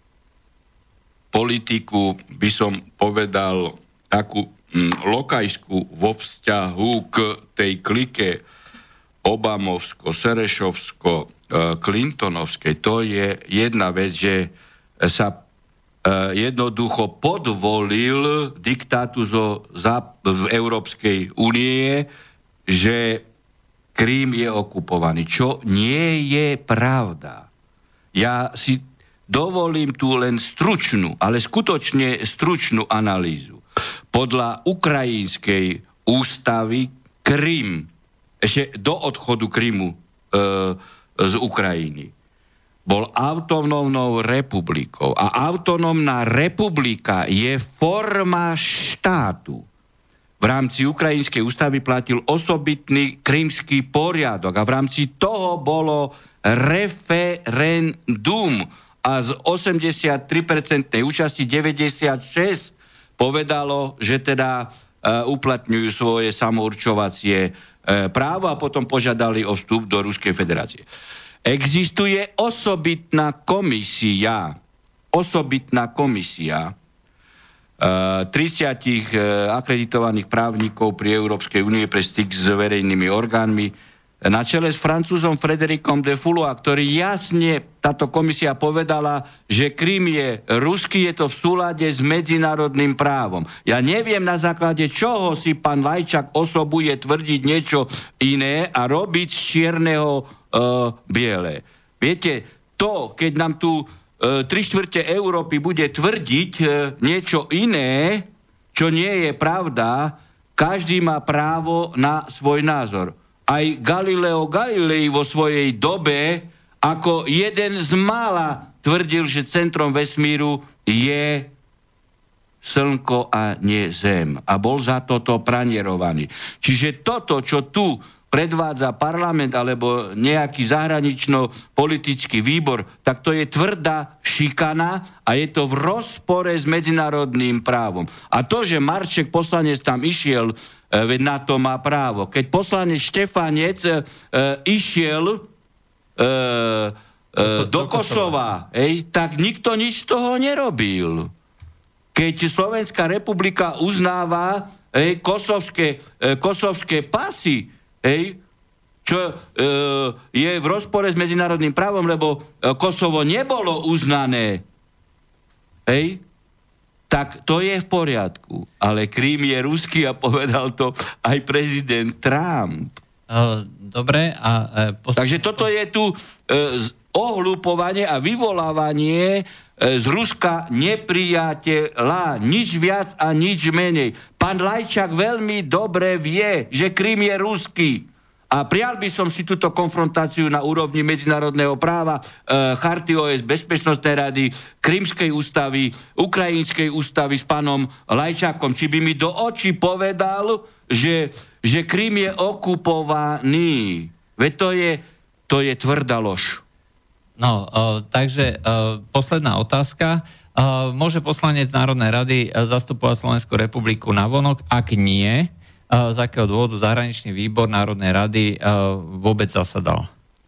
politiku, by som povedal, takú lokajskú vo vzťahu k tej klike Obamovsko-Serešovsko-Clintonovskej. To je jedna vec, že sa jednoducho podvolil diktátu v Európskej únie, že Krym je okupovaný. Čo nie je pravda. Ja si dovolím tu len stručnú, ale skutočne stručnú analýzu. Podľa ukrajinskej ústavy Krym, ešte do odchodu Krymu z Ukrajiny, bol autonómnou republikou. A autonómna republika je forma štátu. V rámci ukrajinskej ústavy platil osobitný krymský poriadok a v rámci toho bolo referendum a z 83% účasti 96 povedalo, že teda uplatňujú svoje samourčovacie právo a potom požiadali o vstup do Ruskej federácie. Existuje osobitná komisia 30 akreditovaných právnikov pri Európskej únie pre styk s verejnými orgánmi na čele s Francúzom Frédéricom de Foulois, ktorý jasne, táto komisia povedala, že Krym je ruský, je to v súlade s medzinárodným právom. Ja neviem, na základe čoho si pán Lajčák osobuje tvrdiť niečo iné a robiť z čierneho biele. Viete, to, keď nám tu 3/4 Európy bude tvrdiť niečo iné, čo nie je pravda, každý má právo na svoj názor. Aj Galileo Galilei vo svojej dobe ako jeden z mála tvrdil, že centrom vesmíru je Slnko a nie Zem. A bol za toto pranierovaný. Čiže toto, čo tu predvádza parlament alebo nejaký zahranično-politický výbor, tak to je tvrdá šikana a je to v rozpore s medzinárodným právom. A to, že Marček poslanec tam išiel, veď na to má právo. Keď poslanec Štefanec išiel do Kosova, tak nikto nič z toho nerobil. Keď Slovenská republika uznáva kosovské pasy, čo je v rozpore s medzinárodným právom, lebo Kosovo nebolo uznané, tak to je v poriadku. Ale Krym je ruský a povedal to aj prezident Trump. Dobre. Takže toto je tu ohlupovanie a vyvolávanie z Ruska nepriateľa. Nič viac a nič menej. Pán Lajčák veľmi dobre vie, že Krym je ruský. A prijal by som si túto konfrontáciu na úrovni medzinárodného práva, Charty OSN, Bezpečnostnej rady, Krymskej ústavy, Ukrajinskej ústavy s pánom Lajčákom. Či by mi do očí povedal, že Krym je okupovaný. Veď to je tvrdá lož. No, takže posledná otázka. Môže poslanec Národnej rady zastupovať Slovenskú republiku navonok? Ak nie, z akého dôvodu zahraničný výbor Národnej rady vôbec zasadal.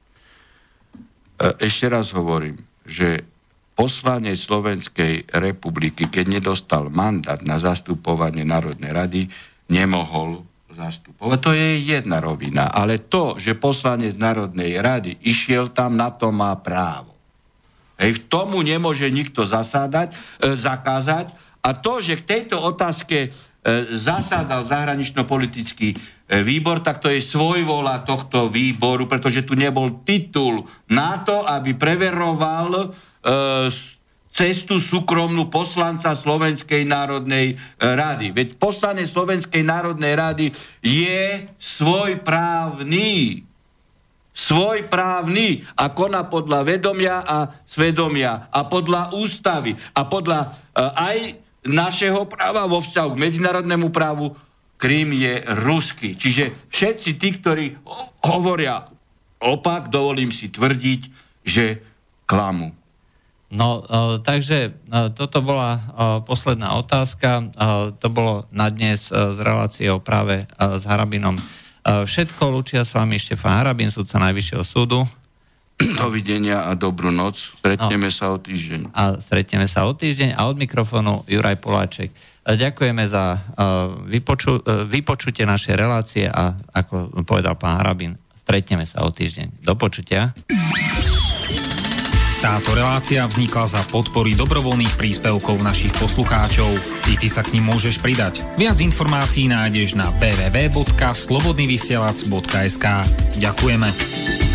Ešte raz hovorím, že poslanec Slovenskej republiky, keď nedostal mandát na zastupovanie Národnej rady, nemohol zastupovať. To je jedna rovina. Ale to, že poslanec Národnej rady išiel tam, na to má právo. Hej, tomu nemôže nikto zakázať. A to, že k tejto otázke zasádal zahranično-politický výbor, tak to je svojvola tohto výboru, pretože tu nebol titul na to, aby preveroval cestu súkromnú poslanca Slovenskej národnej rady. Veď poslanec Slovenskej národnej rady je svojprávny a koná podľa vedomia a svedomia a podľa ústavy a podľa aj našeho práva vo vzťahu k medzinárodnému právu. Krym je ruský. Čiže všetci tí, ktorí hovoria opak, dovolím si tvrdiť, že klamú. No, takže toto bola posledná otázka. To bolo na dnes z reláciou práve s Harabinom všetko. Lúčia s vami Štefán Harabin, sudca Najvyššieho súdu. Dovidenia a dobrú noc. Stretneme sa o týždeň. A od mikrofónu Juraj Poláček. Ďakujeme za vypočutie našej relácie a ako povedal pán Harabin, stretneme sa o týždeň. Do počutia. Táto relácia vznikla za podpory dobrovoľných príspevkov našich poslucháčov. I ty sa k nim môžeš pridať. Viac informácií nájdeš na www.slobodnyvysielac.sk. Ďakujeme.